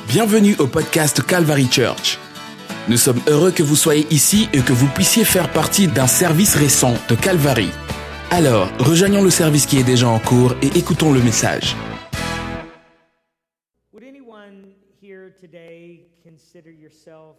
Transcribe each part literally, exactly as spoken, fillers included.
Bienvenue au podcast Calvary Church. Nous sommes heureux que vous soyez ici et que vous puissiez faire partie d'un service récent de Calvary. Alors, rejoignons le service qui est déjà en cours et écoutons le message. Would anyone here today consider yourself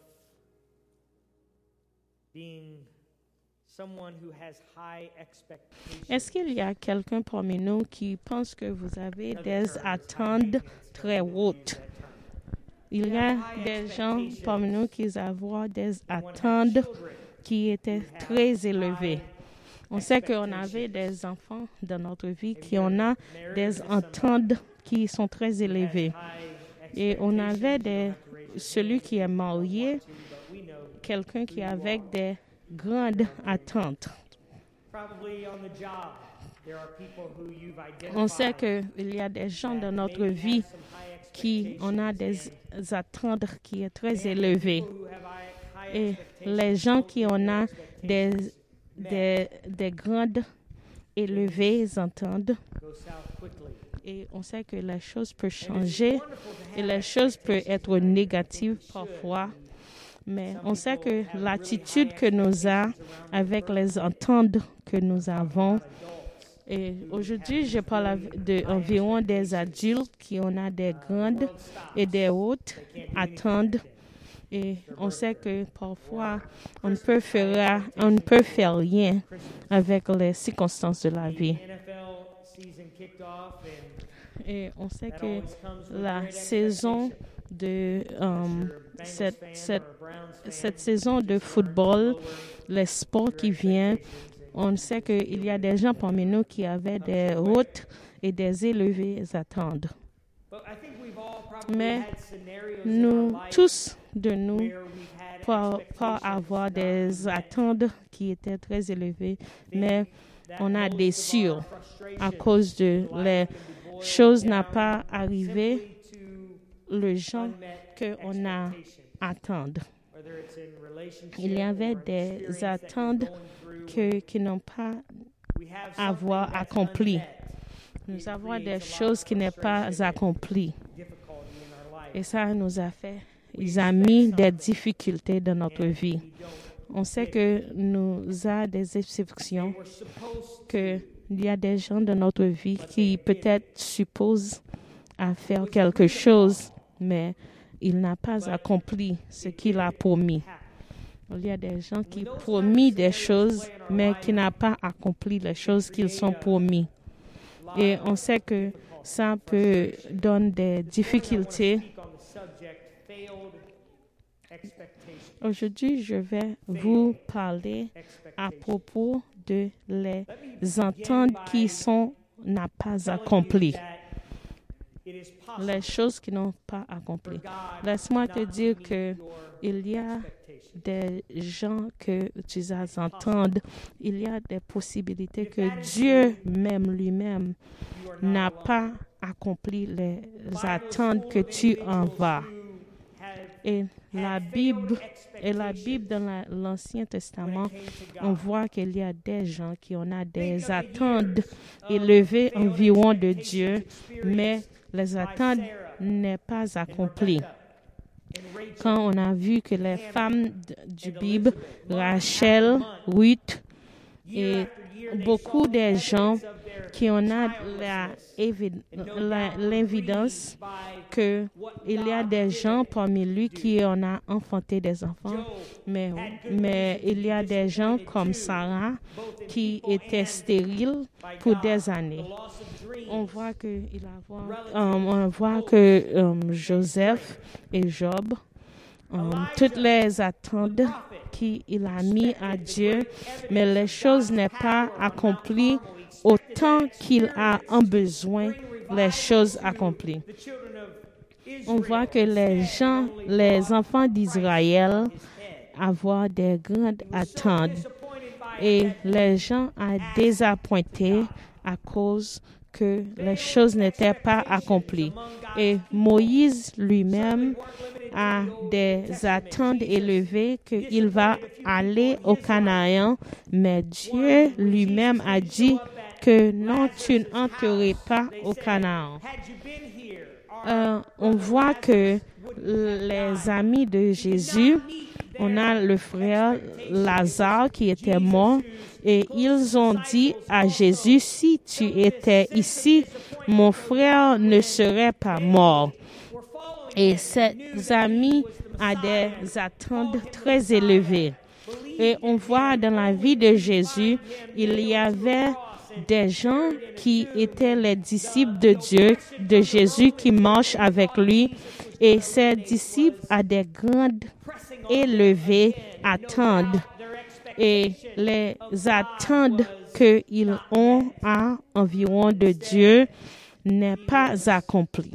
being someone who has high expectations? Est-ce qu'il y a quelqu'un parmi nous qui pense que vous avez des attentes très hautes? Il y a des gens parmi nous qui ont des attentes qui étaient très élevées. On sait qu'on avait des enfants dans notre vie qui ont a des attentes qui sont très élevées. Et on avait des, celui qui est marié, quelqu'un qui avait des grandes attentes. On sait qu'il y a des gens dans notre vie qui ont a des attentes qui sont très élevées. Et les gens qui ont a des, des, des grandes élevées attentes, et on sait que les choses peuvent changer et les choses peuvent être négatives parfois. Mais on sait que l'attitude que nous avons avec les attentes que nous avons, et aujourd'hui je parle d'environ des adultes qui ont a des grandes et des hautes attentes. Et on sait que parfois on ne peut faire, on ne peut faire rien avec les circonstances de la vie. Et on sait que la saison de um, cette, cette, cette saison de football, les sports qui viennent, on sait qu'il y a des gens parmi nous qui avaient des hautes et des élevées attentes. Mais nous, tous de nous, pas, pas avoir des attentes qui étaient très élevées, mais on a déçu à cause de les choses n'ont pas arrivé le genre qu'on a attendre. Il y avait des attentes que, qui n'ont pas avoir accompli. Nous avons des choses qui n'ont pas accomplies. Et ça nous a fait, ils ont mis des difficultés dans notre vie. On sait que nous avons des exceptions, qu'il y a des gens dans notre vie qui peut-être supposent à faire quelque chose, mais il n'a pas accompli ce qu'il a promis. Il y a des gens qui promettent des choses, mais qui n'ont pas accompli les choses qu'ils sont promis. Et on sait que ça peut donner des difficultés. Aujourd'hui, je vais vous parler à propos de les attentes qui sont n'a pas accomplies. Les choses qui n'ont pas accomplies. Laisse-moi te dire que il y a des gens que tu as entendre, il y a des possibilités que Dieu même lui-même n'a pas accompli les attentes que tu en vas. Et la Bible, et la Bible dans la, l'Ancien Testament, on voit qu'il y a des gens qui ont a des attentes élevées environ de Dieu, mais les attentes n'est pas accomplies. Quand on a vu que les femmes du Bible, Rachel, Ruth et beaucoup de gens qui ont a la, la, l'évidence qu'il y a des gens parmi lui qui ont a enfanté des enfants, mais, mais il y a des gens comme Sarah qui étaient stériles pour des années. On voit que, il a, um, on voit que um, Joseph et Job, um, toutes les attentes qu'il a mis à Dieu, mais les choses n'est pas accomplies autant qu'il a en besoin les choses accomplies. On voit que les gens, les enfants d'Israël, avoir des grandes attentes et les gens ont désappointé à cause que les choses n'étaient pas accomplies. Et Moïse lui-même a des attentes élevées qu'il va aller au Canaan, mais Dieu lui-même a dit que non, tu n'entreras pas au Canaan. Euh, on voit que les amis de Jésus, on a le frère Lazare qui était mort et ils ont dit à Jésus, si tu étais ici, mon frère ne serait pas mort. Et ces amis ont des attentes très élevées. Et on voit dans la vie de Jésus, il y avait des gens qui étaient les disciples de Dieu, de Jésus, qui marchent avec lui. Et ces disciples ont des grandes élevées attentes. Et les attentes qu'ils ont à environ de Dieu n'est pas accomplie.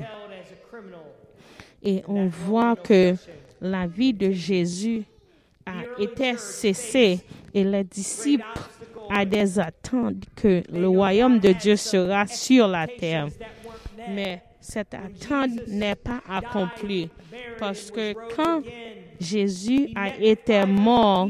Et on voit que la vie de Jésus a été cessée et les disciples ont des attentes que le royaume de Dieu sera sur la terre. Mais cette attente n'est pas accomplie parce que quand Jésus a été mort,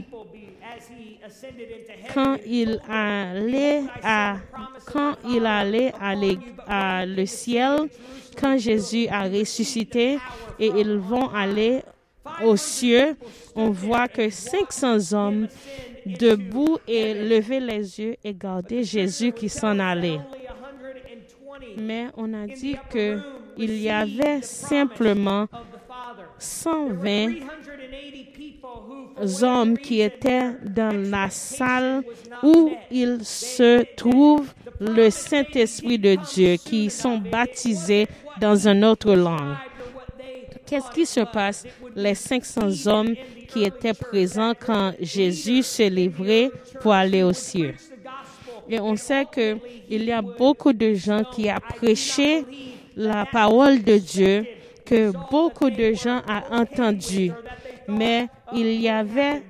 quand il allait à quand il allait à, à le ciel, quand Jésus a ressuscité et ils vont aller aux cieux, on voit que cinq cents hommes debout et lever les yeux et garder Jésus qui s'en allait. Mais on a dit que il y avait simplement cent vingt hommes qui étaient dans la salle où il se trouve le Saint-Esprit de Dieu, qui sont baptisés dans une autre langue. Qu'est-ce qui se passe? Les cinq cents hommes qui étaient présents quand Jésus se livrait pour aller aux cieux. Et on sait qu'il y a beaucoup de gens qui ont prêché la parole de Dieu, que beaucoup de gens ont entendu. Mais il y avait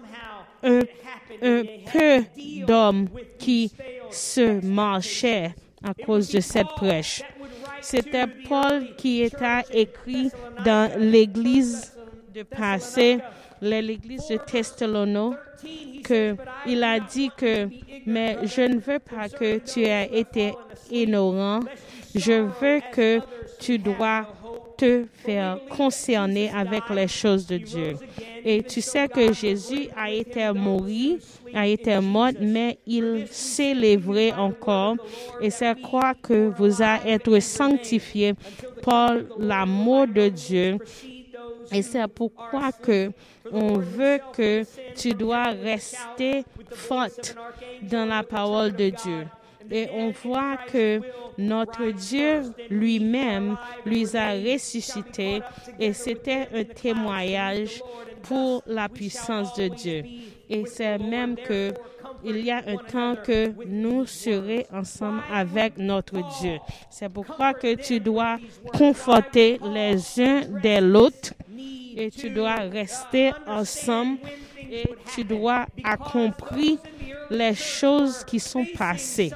un, un peu d'hommes qui se marchaient à cause de cette prêche. C'était Paul qui était écrit dans l'église de passé, l'église de Thessalonique, que il a dit que mais je ne veux pas que tu aies été ignorant, je veux que tu dois te faire concerner avec les choses de Dieu. Et tu sais que Jésus a été mort, a été mort, mais il s'est levé encore. Et c'est quoi que vous allez être sanctifiés par l'amour de Dieu. Et c'est pourquoi que on veut que tu dois rester forte dans la parole de Dieu. Et on voit que notre Dieu lui-même lui a ressuscité et c'était un témoignage pour la puissance de Dieu. Et c'est même que il y a un temps que nous serons ensemble avec notre Dieu. C'est pourquoi que tu dois conforter les uns des autres et tu dois rester ensemble et tu dois accomplir les choses qui sont passées.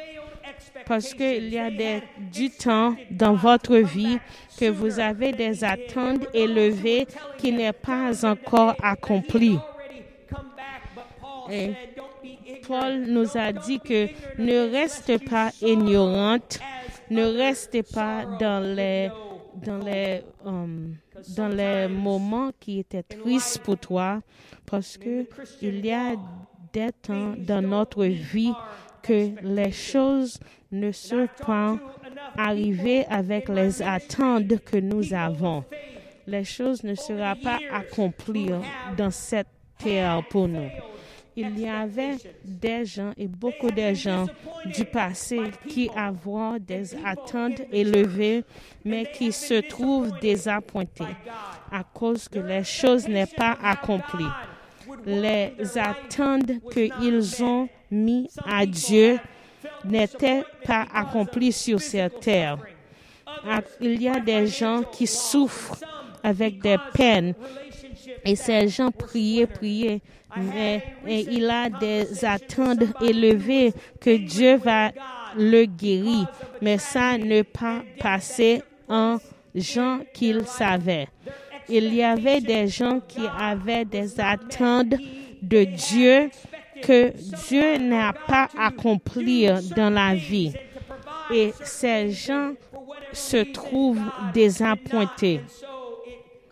Parce qu'il y a des, du temps dans votre vie que vous avez des attentes élevées qui n'est pas encore accomplies. Et Paul nous a dit que ne reste pas ignorante, ne restez pas dans les, dans les, um, dans les moments qui étaient tristes pour toi, parce que il y a des temps dans notre vie que les choses ne sont pas arrivées avec les attentes que nous avons. Les choses ne seront pas accomplies dans cette terre pour nous. Il y avait des gens et beaucoup de gens du passé qui avaient des attentes élevées, mais qui se trouvent désappointés à cause que les choses n'est pas accomplies. Les attentes qu'ils ont mis à Dieu n'étaient pas accomplies sur cette terre. Il y a des gens qui souffrent avec des peines et ces gens priaient, priaient, mais et il a des attentes élevées que Dieu va le guérir, mais ça ne pas passé en gens qu'il savait. Il y avait des gens qui avaient des attentes de Dieu que Dieu n'a pas accompli dans la vie. Et ces gens se trouvent désappointés.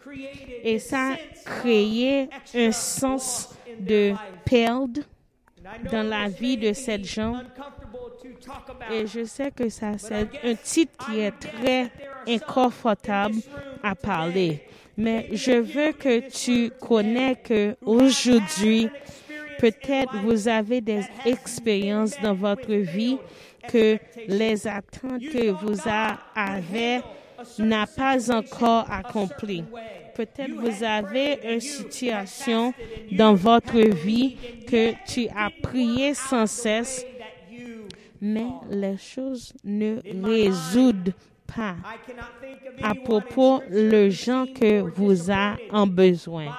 Et ça créait un sens de perdre dans la vie de ces gens. Et je sais que ça, c'est un titre qui est très inconfortable à parler. Mais je veux que tu connais que aujourd'hui, peut-être vous avez des expériences dans votre vie que les attentes que vous avez n'a pas encore accompli. Peut-être vous avez une situation dans votre vie que tu as prié sans cesse, mais les choses ne résoudent pas à propos le gens que vous avez en besoin.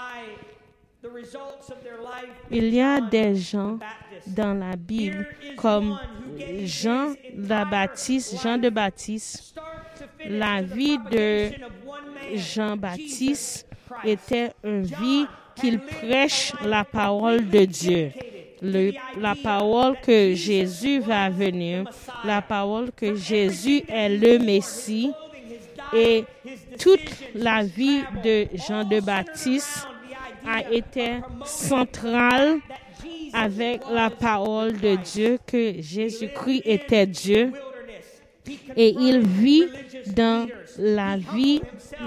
Il y a des gens dans la Bible comme Jean le Baptiste, Jean de Baptiste. La vie de Jean-Baptiste était une vie qu'il prêche la parole de Dieu. Le, la parole que Jésus va venir, la parole que Jésus est le Messie, et toute la vie de Jean de Baptiste a été centrale avec la parole de Dieu, que Jésus-Christ était Dieu, et il vit dans la vie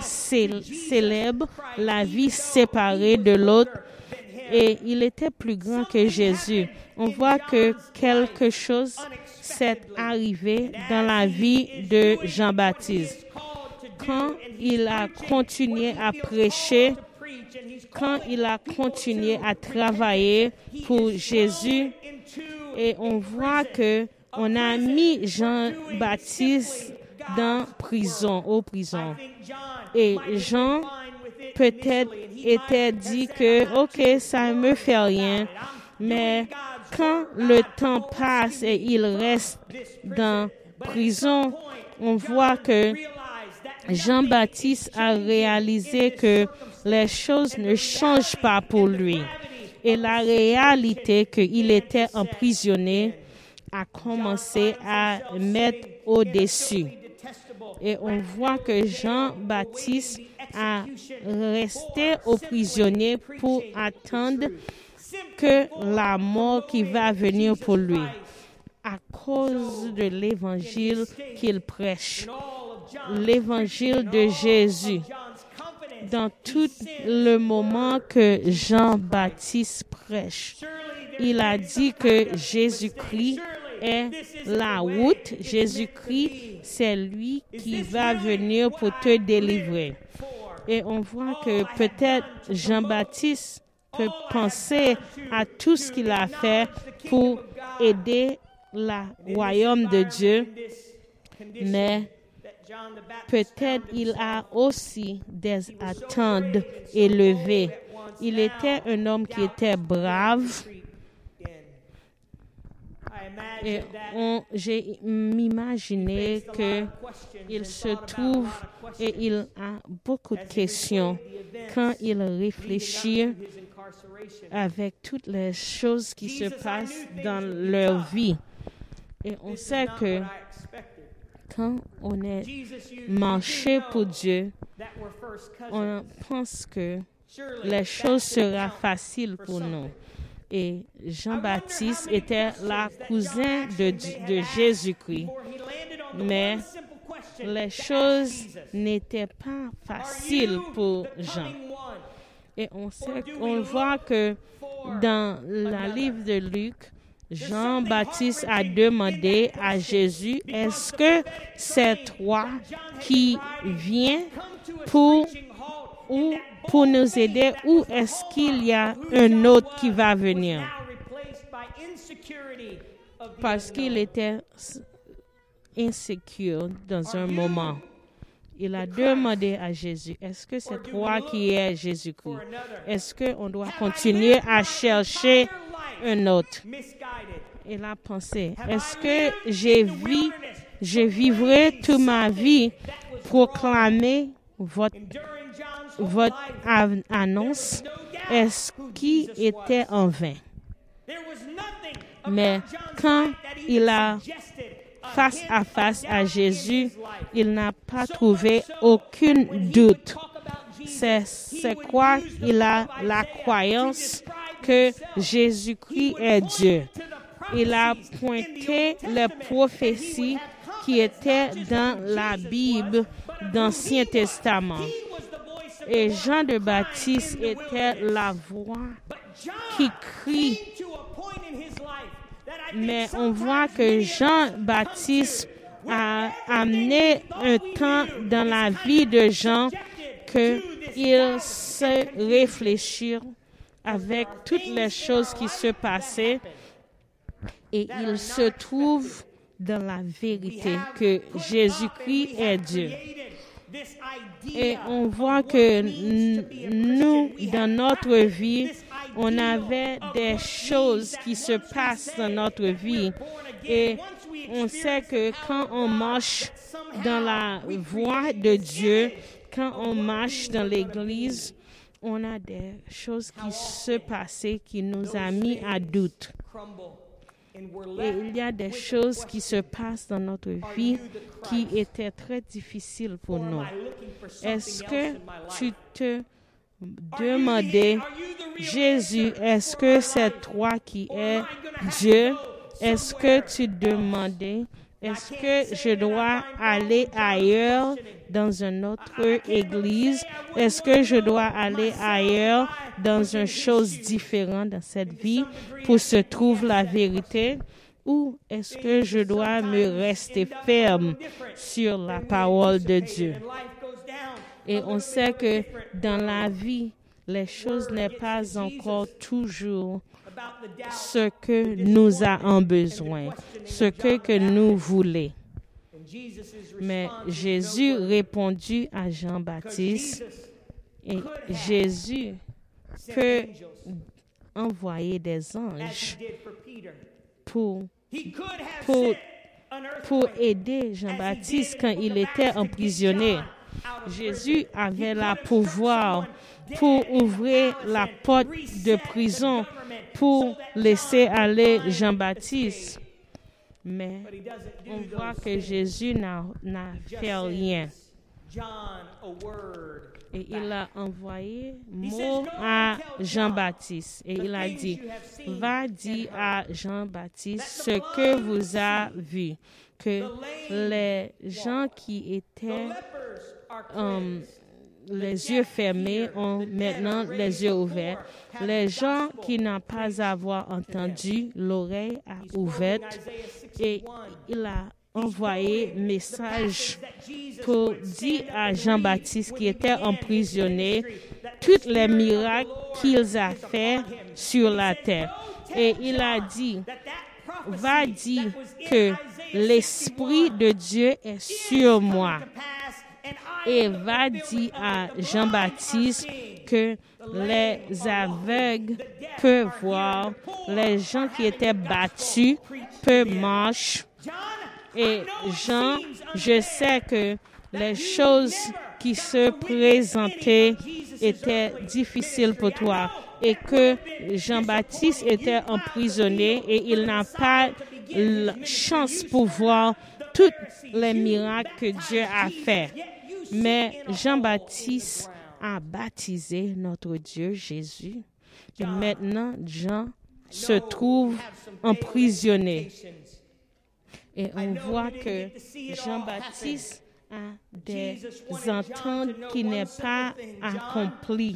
célèbre, la vie séparée de l'autre, et il était plus grand que Jésus. On voit que quelque chose s'est arrivé dans la vie de Jean-Baptiste. Quand il a continué à prêcher, quand il a continué à travailler pour Jésus, et on voit que on a mis Jean-Baptiste dans prison, aux prisons. Et Jean peut-être était dit que, ok, ça ne me fait rien, mais quand le temps passe et il reste dans prison, on voit que Jean-Baptiste a réalisé que les choses ne changent pas pour lui. Et la réalité qu'il était emprisonné a commencé à mettre au-dessus. Et on voit que Jean-Baptiste a resté au prisonnier pour attendre que la mort qui va venir pour lui, à cause de l'évangile qu'il prêche, l'évangile de Jésus. Dans tout le moment que Jean-Baptiste prêche, il a dit que Jésus-Christ est la route. Jésus-Christ, c'est lui qui va venir pour te délivrer. Et on voit que peut-être Jean-Baptiste peut penser à tout ce qu'il a fait pour aider le royaume de Dieu, mais peut-être il a aussi des attentes élevées. Il était un homme qui était brave. Et on, j'ai m'imaginé qu'il se trouve et il a beaucoup de questions quand il réfléchit avec toutes les choses qui se passent dans leur vie. Et on sait que quand on est marché pour Dieu, on pense que les choses seront faciles pour nous. Et Jean-Baptiste était la cousin de, de Jésus-Christ. Mais les choses n'étaient pas faciles pour Jean. Et on sait, on voit que dans le livre de Luc, Jean-Baptiste a demandé à Jésus, est-ce que c'est toi qui viens pour, ou, pour nous aider ou est-ce qu'il y a un autre qui va venir? Parce qu'il était insécure dans un moment. Il a demandé à Jésus, est-ce que c'est toi qui es Jésus-Christ? Est-ce qu'on doit continuer à chercher un autre? Il a pensé, est-ce que j'ai vu, je vivrai toute ma vie proclamer votre, votre annonce? Est-ce qu'il était en vain? Mais quand il a face à face à Jésus, il n'a pas trouvé aucun doute. c'est, c'est quoi? Il a la croyance que Jésus-Christ est Dieu. Il a pointé les prophéties qui étaient dans la Bible, dans l'Ancien Testament. Et Jean de Baptiste était la voix qui crie. Mais on voit que Jean-Baptiste a amené un temps dans la vie de Jean qu'il se réfléchir avec toutes les choses qui se passaient et il se trouve dans la vérité que Jésus-Christ est Dieu. Et on voit que nous, dans notre vie, on avait des choses qui se passent dans notre vie. Et on sait que quand on marche dans la voie de Dieu, quand on marche dans l'Église, on a des choses qui se passaient qui nous a mis à doute. Et il y a des choses qui se passent dans notre vie qui étaient très difficiles pour nous. Est-ce que tu te demandais, Jésus, est-ce que c'est toi qui es Dieu? Est-ce que tu demandais, est-ce que je dois aller ailleurs dans une autre église? Est-ce que je dois aller ailleurs dans une chose différente dans cette vie pour se trouver la vérité? Ou est-ce que je dois me rester ferme sur la parole de Dieu? Et on sait que dans la vie, les choses n'est pas encore toujours ce que nous avons besoin, ce que, que nous voulons. Mais Jésus répondit à Jean-Baptiste et Jésus peut envoyer des anges pour, pour, pour aider Jean-Baptiste quand il était emprisonné. Jésus avait le pouvoir pour ouvrir la porte de prison pour laisser aller Jean-Baptiste. Mais on voit que Jésus n'a, n'a fait rien. Et il a envoyé mot à Jean-Baptiste. Et il a dit, va dire à Jean-Baptiste ce que vous avez vu. Que les gens qui étaient um, les yeux fermés ont maintenant les yeux ouverts. Les gens qui n'ont pas avoir entendu, l'oreille a ouverte. Et il a envoyé message pour dire à Jean-Baptiste qui était emprisonné tous les miracles qu'il a fait sur la terre. Et il a dit, va dire que l'Esprit de Dieu est sur moi. Et va dire à Jean-Baptiste que les aveugles peuvent voir, les gens qui étaient battus peuvent marcher. Et Jean, je sais que les choses qui se présentaient étaient difficiles pour toi et que Jean-Baptiste était emprisonné et il n'a pas la chance pour voir tous les miracles que Dieu a fait. Mais Jean-Baptiste a baptisé notre Dieu Jésus. Et maintenant, Jean se trouve emprisonné. Et on voit que Jean-Baptiste a des ententes qui n'est pas accomplies.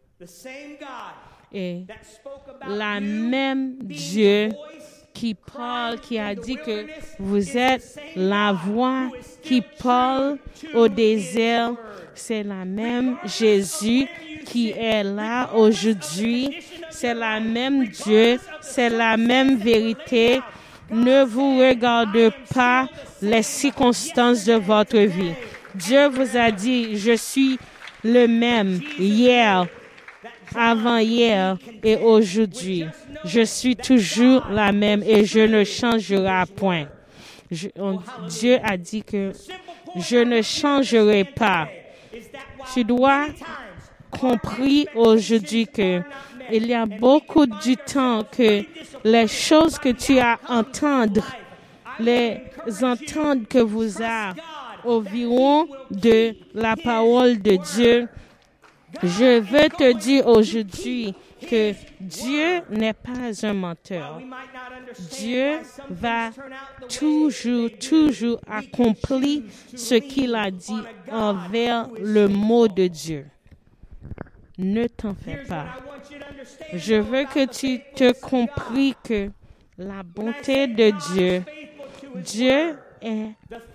Et la même Dieu qui parle, qui a dit que vous êtes la voix qui parle au désert, c'est la même Jésus qui est là aujourd'hui. C'est la même Dieu, c'est la même vérité. Ne vous regardez pas les circonstances de votre vie. Dieu vous a dit, je suis le même hier, avant-hier et aujourd'hui. Je suis toujours la même et je ne changerai point. Je, on, Dieu a dit que je ne changerai pas. Tu dois comprendre aujourd'hui que il y a beaucoup du temps que les choses que tu as entendre, les entendre que vous avez environ de la parole de Dieu Je veux te dire aujourd'hui que Dieu n'est pas un menteur. Dieu va toujours, toujours accomplir ce qu'il a dit envers le mot de Dieu. Ne t'en fais pas. Je veux que tu te compris que la bonté de Dieu, Dieu est,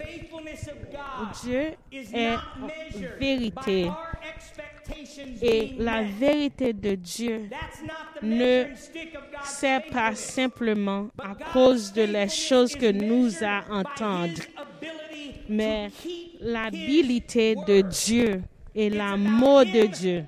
Dieu est vérité. Et la vérité de Dieu ne c'est pas simplement à cause de les choses que nous a entendre, mais l'habilité de Dieu et l'amour de Dieu.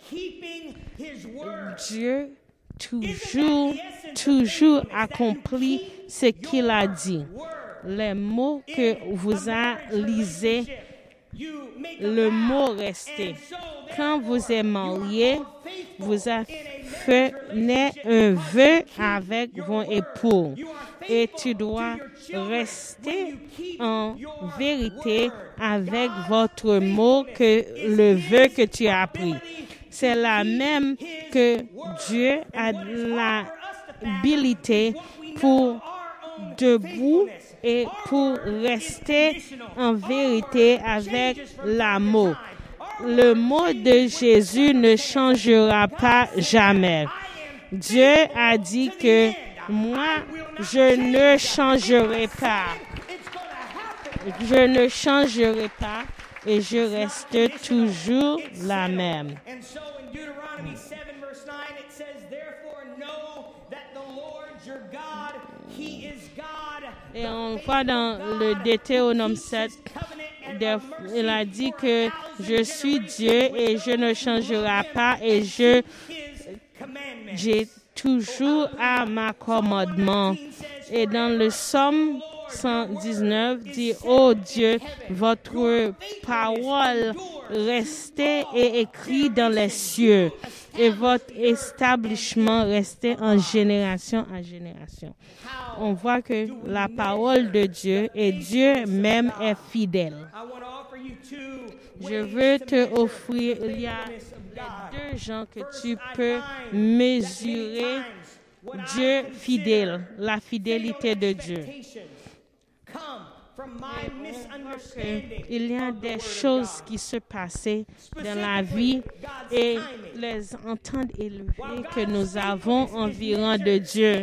Dieu toujours, toujours accomplit ce qu'il a dit. Les mots que vous avez lisés, le mot resté. Quand vous êtes marié, vous avez fait un vœu avec vos époux et tu dois rester en vérité avec votre mot que le vœu que tu as pris. C'est la même que Dieu a l'habilité pour debout et pour rester en vérité avec l'amour. Le mot de Jésus ne changera pas jamais. Dieu a dit que moi, je ne changerai pas. Je ne changerai pas et je reste toujours la même. Et on voit dans le Deutéronome sept, il a dit que je suis Dieu et je ne changerai pas et je j'ai toujours à ma commandement. Et dans le Psaume cent dix-neuf dit, ô Dieu, votre parole restez et écrit dans les cieux et votre établissement restait en génération en génération. On voit que la parole de Dieu et Dieu même est fidèle. Je veux te offrir, il y a deux gens que tu peux mesurer Dieu fidèle, la fidélité de Dieu. Il y a des choses qui se passaient dans la vie et les ententes élevées que nous avons environ de Dieu.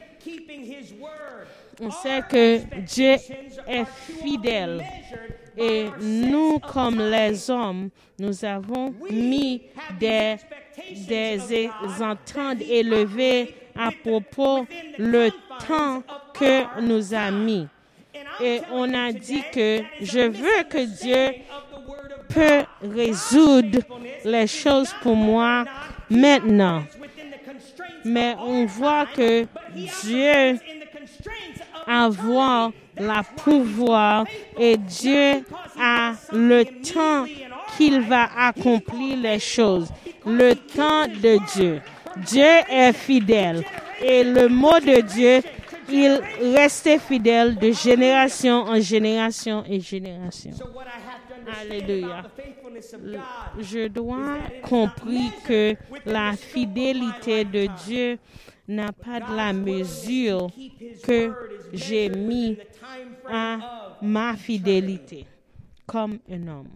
On sait que Dieu est fidèle et nous, comme les hommes, nous avons mis des, des ententes élevées à propos le temps que nous a mis. Et on a dit que je veux que Dieu peut résoudre les choses pour moi maintenant. Mais on voit que Dieu a la pouvoir et Dieu a le temps qu'il va accomplir les choses. Le temps de Dieu. Dieu est fidèle. Et le mot de Dieu, il restait fidèle de génération en génération et génération. Alléluia. Je dois comprendre que la fidélité de Dieu n'a pas de la mesure que j'ai mis à ma fidélité comme un homme.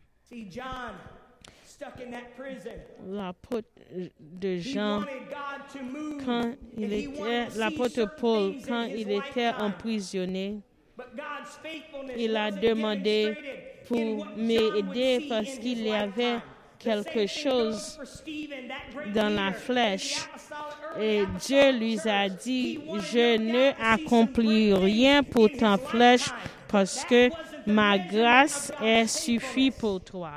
L'apôtre de Jean, quand il était, l'apôtre Paul, quand il était emprisonné, il a demandé pour m'aider parce qu'il y avait quelque chose dans la flèche. Et Dieu lui a dit, je ne accomplis rien pour ta flèche parce que ma grâce est suffit pour toi.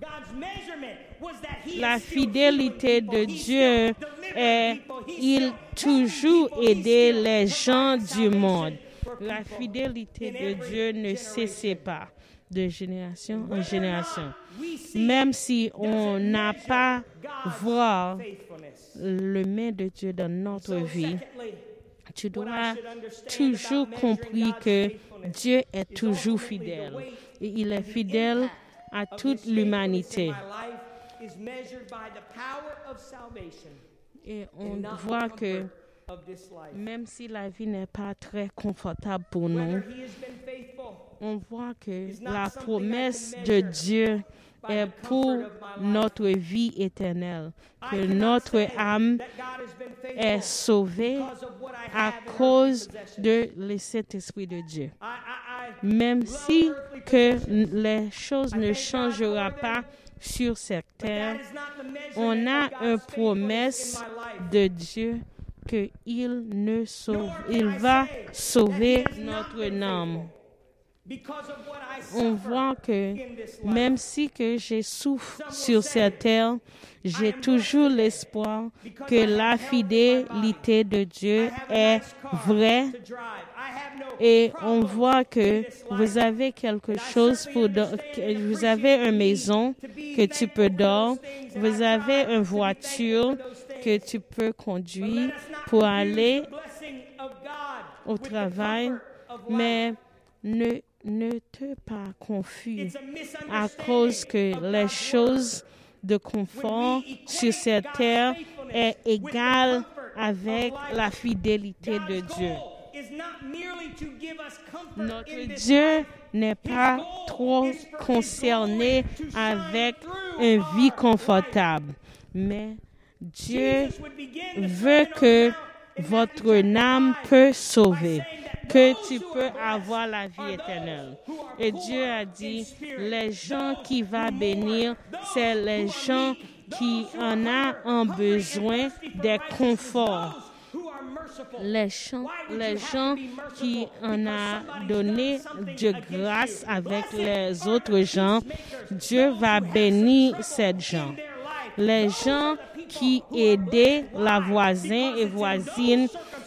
La fidélité de Dieu est, il toujours aider les gens du monde. La fidélité de Dieu ne cesse pas de génération en génération. Même si on n'a pas voir le main de Dieu dans notre vie, tu dois toujours comprendre que Dieu est toujours fidèle. Et il est fidèle à toute l'humanité. is measured by the power of salvation Et on and not voit the que comfort of this life. même si la vie n'est pas très confortable pour nous, Whether he has been faithful on voit que is not la something I promesse can de measure Dieu by est the pour comfort of my life. notre vie éternelle, I que cannot notre say âme that God has been est faithful sauvée because of what I à have in cause earthly possessions. de le Saint-Esprit de Dieu. I, I, I Même love si earthly que possessions, les choses I ne thank God changeront for pas them, sur cette but terre, that is not the measurement on a of une God's faithfulness promesse in my life. de Dieu que il ne sauve, Nor can il I va say that sauver he has not notre been âme. faithful because of what I On suffer voit que in this life. même si que je souffre Some will sur say, cette terre, j'ai am toujours blessed today l'espoir because que I have la health in my fidélité de I Dieu have a est nice car vraie to drive. I have no et on problems voit que in this vous life. avez quelque And I chose certainly pour do- understand que and vous avez appreciate une the maison need to be que tu peux thankful for dormir, those things, and vous I avez try une to be thankful voiture for those que things. tu peux But conduire let us not pour confuse aller the blessing of God au with the travail, comfort of life. mais ne, ne te pas confus It's a à misunderstanding cause que of les God's choses de confort sur cette terre est égale avec la fidélité de Dieu. Notre Dieu n'est pas trop concerné avec une vie confortable, mais Dieu veut que votre âme peut sauver, que tu peux avoir la vie éternelle. Et Dieu a dit, les gens qui vont bénir, c'est les gens qui en ont un besoin des conforts. Les gens, les gens qui en ont donné de grâce avec les autres gens, Dieu va bénir ces gens. Les gens qui aidaient la voisine et voisine,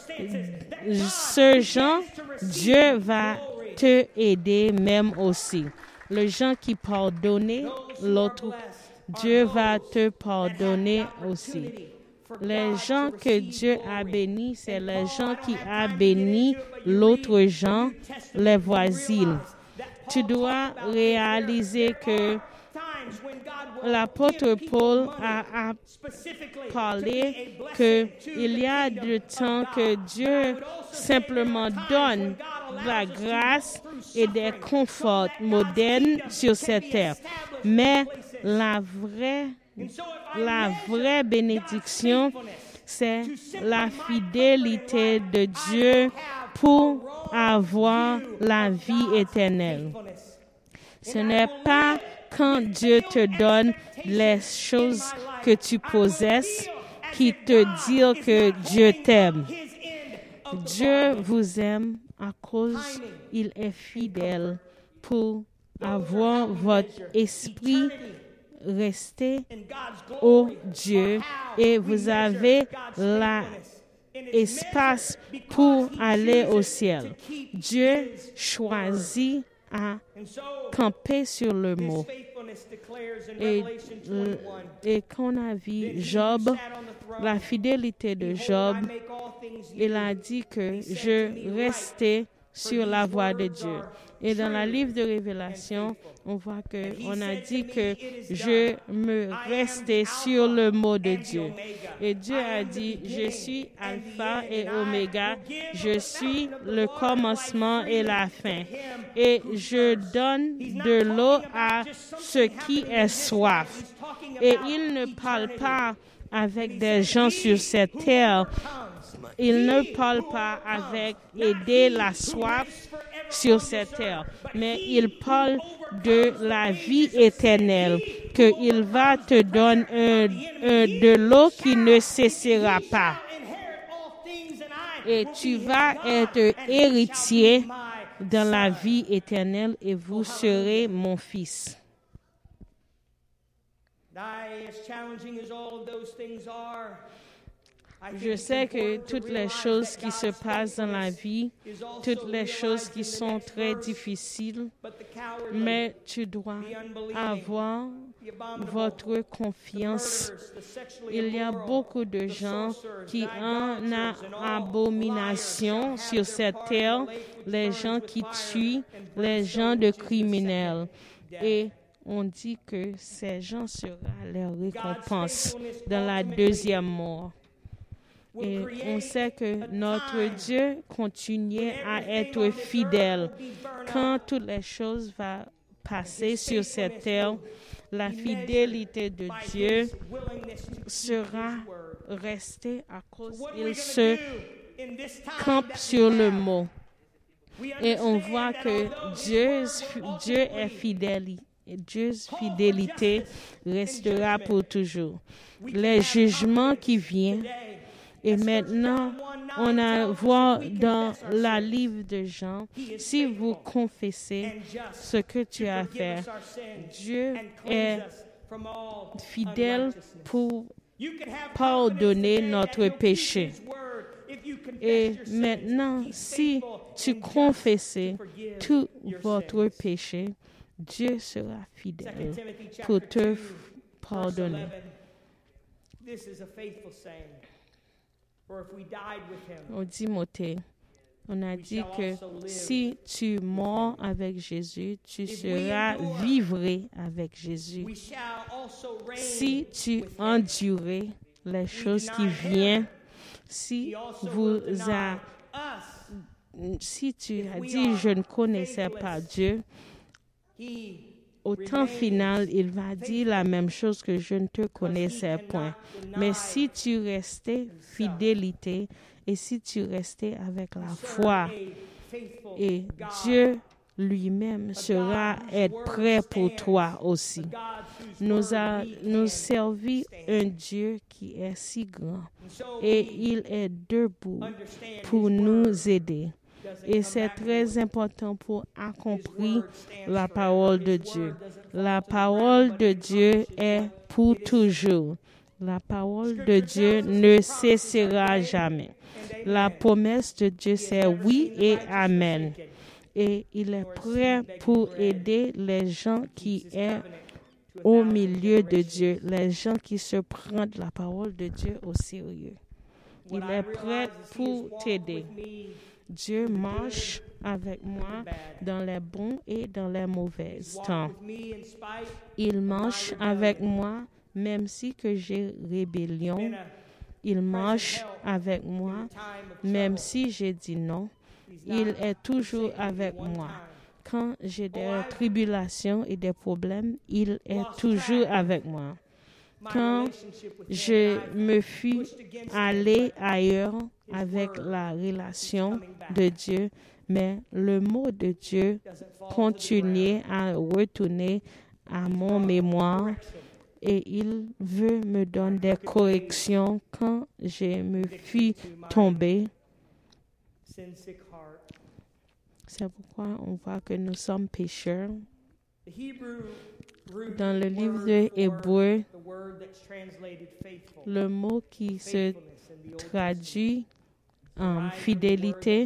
ce gens, Dieu va te aider même aussi. Les gens qui pardonnent l'autre, Dieu va te pardonner aussi. Les gens que Dieu a bénis, c'est les gens qui ont béni l'autre gens, les voisines. Tu dois réaliser que l'apôtre Paul a, a parlé qu'il y a du temps que Dieu simplement donne la grâce et des conforts modernes sur cette terre. Mais la vraie, la vraie bénédiction, c'est la fidélité de Dieu pour avoir la vie éternelle. Ce n'est pas quand Dieu te donne les choses que tu possèdes qui te dit que Dieu t'aime. Dieu vous aime à cause il est fidèle pour avoir votre esprit resté au Dieu et vous avez l'espace pour aller au ciel. Dieu choisit à camper sur le mot. Et, et quand on a vu Job, la fidélité de Job, il a dit que je restais sur la voie de Dieu. Et dans le livre de Révélation, on voit qu'on a dit que je me restais sur le mot de Dieu. Et Dieu a dit, je suis Alpha et Oméga, je suis le commencement et la fin. Et je donne de l'eau à ceux qui est soif. Et il ne parle pas avec des gens sur cette terre. Il ne parle pas avec aider la soif sur cette terre, mais il parle de la vie éternelle, qu'il va te donner un, un, de l'eau qui ne cessera pas. Et tu vas être héritier dans la vie éternelle et vous serez mon fils. Je sais que toutes les choses qui se passent dans la vie, toutes les choses qui sont très difficiles, mais tu dois avoir votre confiance. Il y a beaucoup de gens qui en ont abomination sur cette terre, les gens qui tuent, les gens de criminels. Et on dit que ces gens seront leur récompense dans la deuxième mort. Et on sait que notre Dieu continue à être fidèle. Quand toutes les choses vont passer sur cette terre, la fidélité de Dieu sera restée à cause qu'il se campe sur le mot. Et on voit que Dieu, Dieu est fidèle. Et Dieu's fidélité restera pour toujours. Les jugements qui viennent, et maintenant, on a voir dans la livre de Jean, si vous confessez ce que tu as fait, Dieu est fidèle pour pardonner notre péché. Et maintenant, si tu confesses tout votre péché, Dieu sera fidèle pour te pardonner. Au Timothée, on a dit que si tu mors avec Jésus, tu seras vivré avec Jésus. Si tu endures les choses qui viennent, si vous a, si tu as dit je ne connaissais pas Dieu, au temps final, il va dire la même chose que je ne te connaissais point. Mais si tu restais fidélité et si tu restais avec la foi, et Dieu lui-même sera être prêt pour toi aussi. Nous a nous servi un Dieu qui est si grand et il est debout pour nous aider. Et c'est très important pour accomplir la parole de Dieu. La parole de Dieu est pour toujours. La parole de Dieu ne cessera jamais. La promesse de Dieu, c'est oui et amen. Et il est prêt pour aider les gens qui sont au milieu de Dieu, les gens qui se prennent la parole de Dieu au sérieux. Il est prêt pour t'aider. Dieu marche avec moi dans les bons et dans les mauvais temps. Il marche avec moi même si que j'ai rébellion. Il marche avec moi même si j'ai dit non. Il est toujours avec moi. Quand j'ai des tribulations et des problèmes, il est toujours avec moi. Quand je me suis allé ailleurs avec la relation de Dieu, mais le mot de Dieu continue à retourner à mon mémoire et il veut me donner des corrections quand je me suis tombé. C'est pourquoi on voit que nous sommes pécheurs. Dans le livre de Hébreu, le mot qui se traduit en fidélité,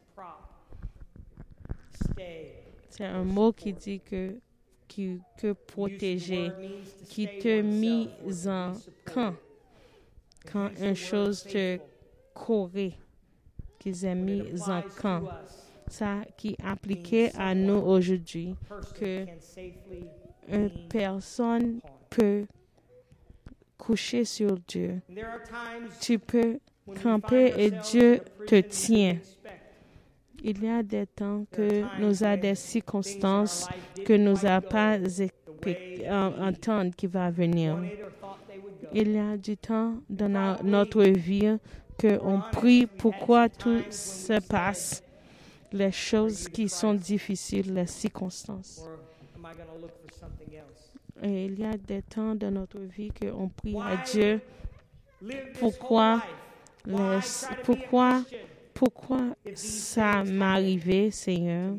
c'est un mot qui dit que, qui, que protéger, qui te mise en camp quand une chose te corrige, qui est mise en camp. Ça qui est appliqué à nous aujourd'hui, que une personne peut coucher sur Dieu. Tu peux camper et Dieu te tient. Il y a des temps que nous avons des circonstances que nous n'avons pas entendre qui va venir. Il y a du temps dans notre vie que on prie pourquoi tout se passe. Les choses qui sont difficiles, les circonstances. Et il y a des temps dans notre vie qu'on prie à Dieu. Pourquoi, les, pourquoi, pourquoi ça m'est arrivé, Seigneur?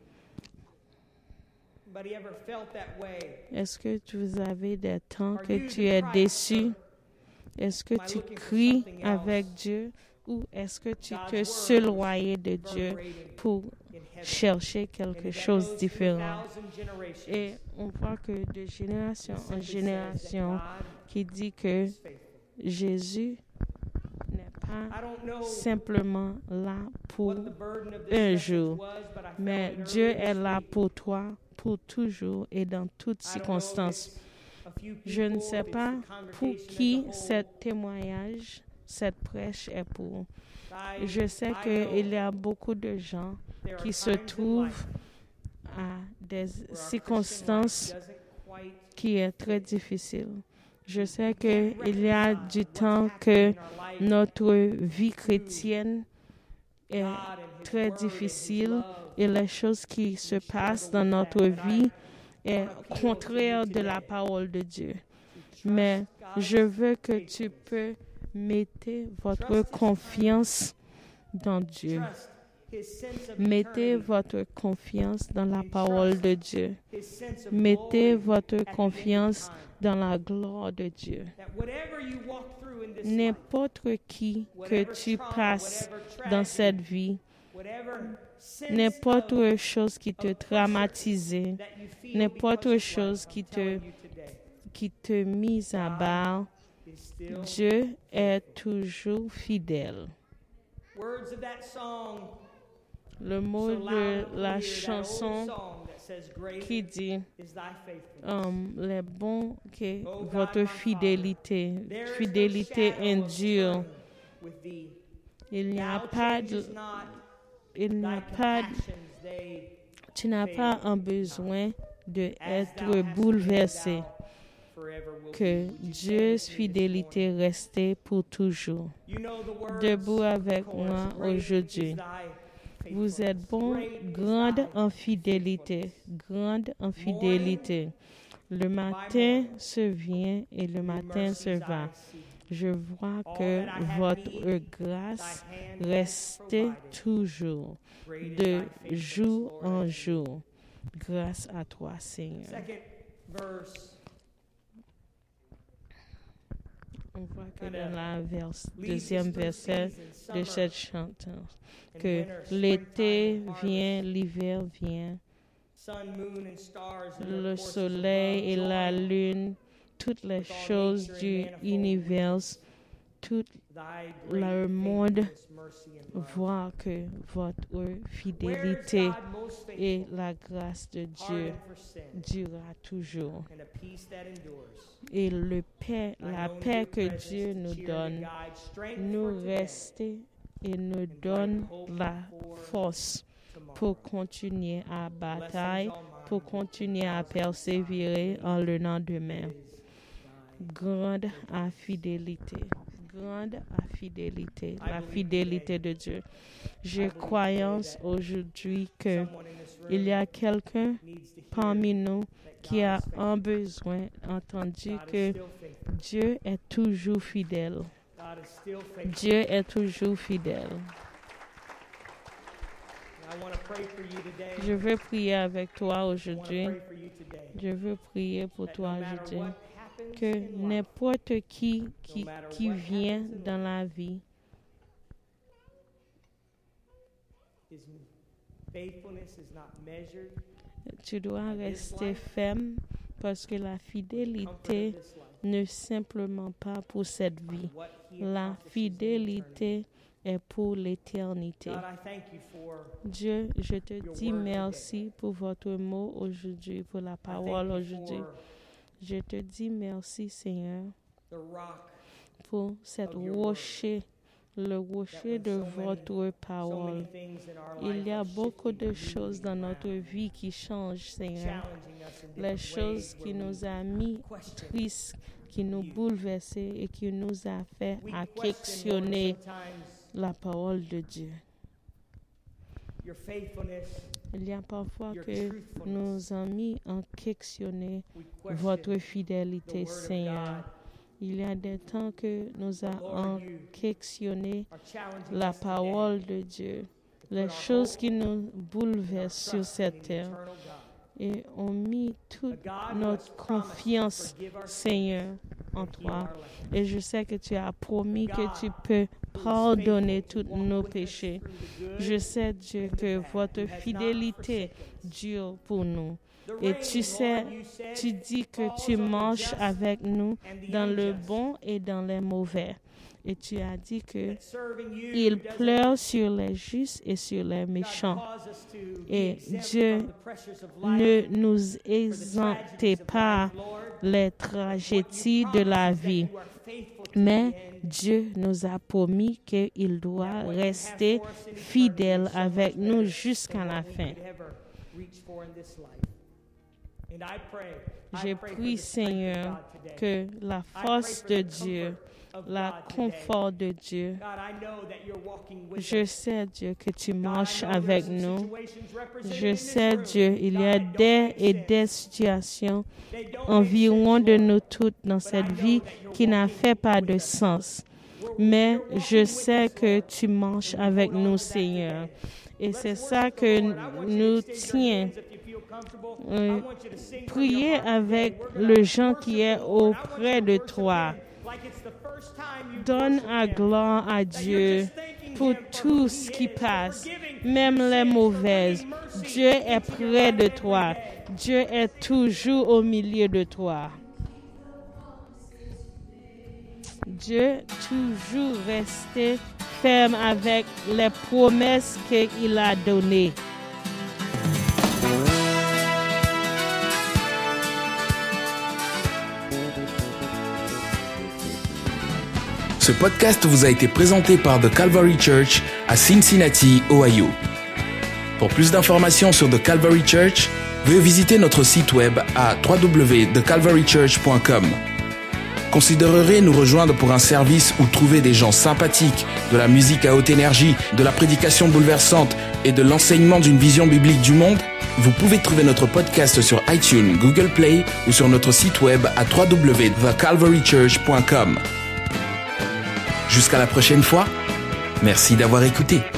Est-ce que vous avez des temps que tu es déçu? Est-ce que tu cries avec Dieu? Ou est-ce que tu te souloyes de Dieu pour chercher quelque chose de différent? Et on voit que de génération en génération qui dit que Jésus n'est pas simplement là pour un jour, mais Dieu est là pour toi pour toujours et dans toutes circonstances. Je ne sais pas pour qui ce témoignage, cette prêche est pour. Je sais qu'il y a beaucoup de gens qui se trouvent à des circonstances qui sont très difficiles. Je sais qu'il y a du temps que notre vie chrétienne est très difficile et les choses qui se passent dans notre vie est contraire de la parole de Dieu. Mais je veux que tu peux mettre votre confiance dans Dieu. Mettez votre confiance dans la parole de Dieu. Mettez votre confiance dans la gloire de Dieu. N'importe qui que tu passes dans cette vie, n'importe chose qui te traumatise, n'importe chose qui te, qui te mise à bas, Dieu est toujours fidèle. Le mot de la chanson qui dit um, les bons que votre fidélité, fidélité endure. Il n'y a pas de, il n'y a pas de, tu n'as pas un besoin d'être bouleversé. Que Dieu fidélité reste pour toujours. Debout avec moi aujourd'hui. Vous êtes bon, grande en fidélité, grande en fidélité. Le matin se vient et le matin se va. Je vois que votre grâce reste toujours, de jour en jour. Grâce à toi, Seigneur. On voit que dans la verse, deuxième verset de cette chanson, que l'été vient, l'hiver vient, le soleil et la lune, toutes les choses du univers, tout le monde voit que votre fidélité et la grâce de Dieu durera toujours. Et le paix, la paix que Dieu nous donne, nous reste et nous donne la force pour continuer à batailler, pour continuer à persévérer en le lendemain. Grande à fidélité, grande à fidélité, la fidélité de Dieu. J'ai croyance aujourd'hui que il y a quelqu'un parmi nous qui a un besoin entendu que Dieu est toujours fidèle. Dieu est toujours fidèle. Je veux prier avec toi aujourd'hui. Je veux prier pour toi aujourd'hui. Que n'importe qui qui, qui vient dans la vie, tu dois rester ferme parce que la fidélité ne simplement pas pour cette vie. La fidélité est pour l'éternité. Dieu, je te dis merci pour votre mot aujourd'hui, pour la parole aujourd'hui. Je te dis merci, Seigneur, pour cette rocher, le rocher de votre parole. Il y a beaucoup de choses dans notre vie qui changent, Seigneur. Les choses qui nous ont mis tristes, qui nous bouleversent et qui nous a fait à questionner la parole de Dieu. Il y a parfois que nous avons mis en questionner votre fidélité, Seigneur. Il y a des temps que nous avons questionné la parole de Dieu, les choses qui nous bouleversent sur cette terre. Et on mis toute notre confiance, Seigneur, en toi. Et je sais que tu as promis que tu peux pardonner tous nos péchés. Je sais, Dieu, que votre fidélité dure pour nous. Et tu sais, tu dis que tu marches avec nous dans le bon et dans le mauvais. Et tu as dit que il pleure sur les justes et sur les méchants. Et Dieu ne nous exempte pas les tragédies de la vie. Mais Dieu nous a promis qu'il doit rester fidèle avec nous jusqu'à la fin. Je prie, Seigneur, que la force de Dieu, la confort de Dieu, je sais, Dieu, que tu marches avec nous. Je sais, Dieu, il y a des et des situations environ de nous toutes dans cette vie qui n'a fait pas de sens. Mais je sais que tu marches avec nous, Seigneur. Et c'est ça que nous tient. Euh, prier avec le gens qui est auprès de toi. Donne la gloire à Dieu pour tout ce qui passe, même les mauvaises. Dieu est près de toi. Dieu est toujours au milieu de toi. Dieu toujours resté ferme avec les promesses qu'il a données. Ce podcast vous a été présenté par The Calvary Church à Cincinnati, Ohio. Pour plus d'informations sur The Calvary Church, veuillez visiter notre site web à w w w point the calvary church point com. Considérerez nous rejoindre pour un service où trouver des gens sympathiques, de la musique à haute énergie, de la prédication bouleversante et de l'enseignement d'une vision biblique du monde? Vous pouvez trouver notre podcast sur iTunes, Google Play ou sur notre site web à w w w point the calvary church point com. Jusqu'à la prochaine fois, merci d'avoir écouté.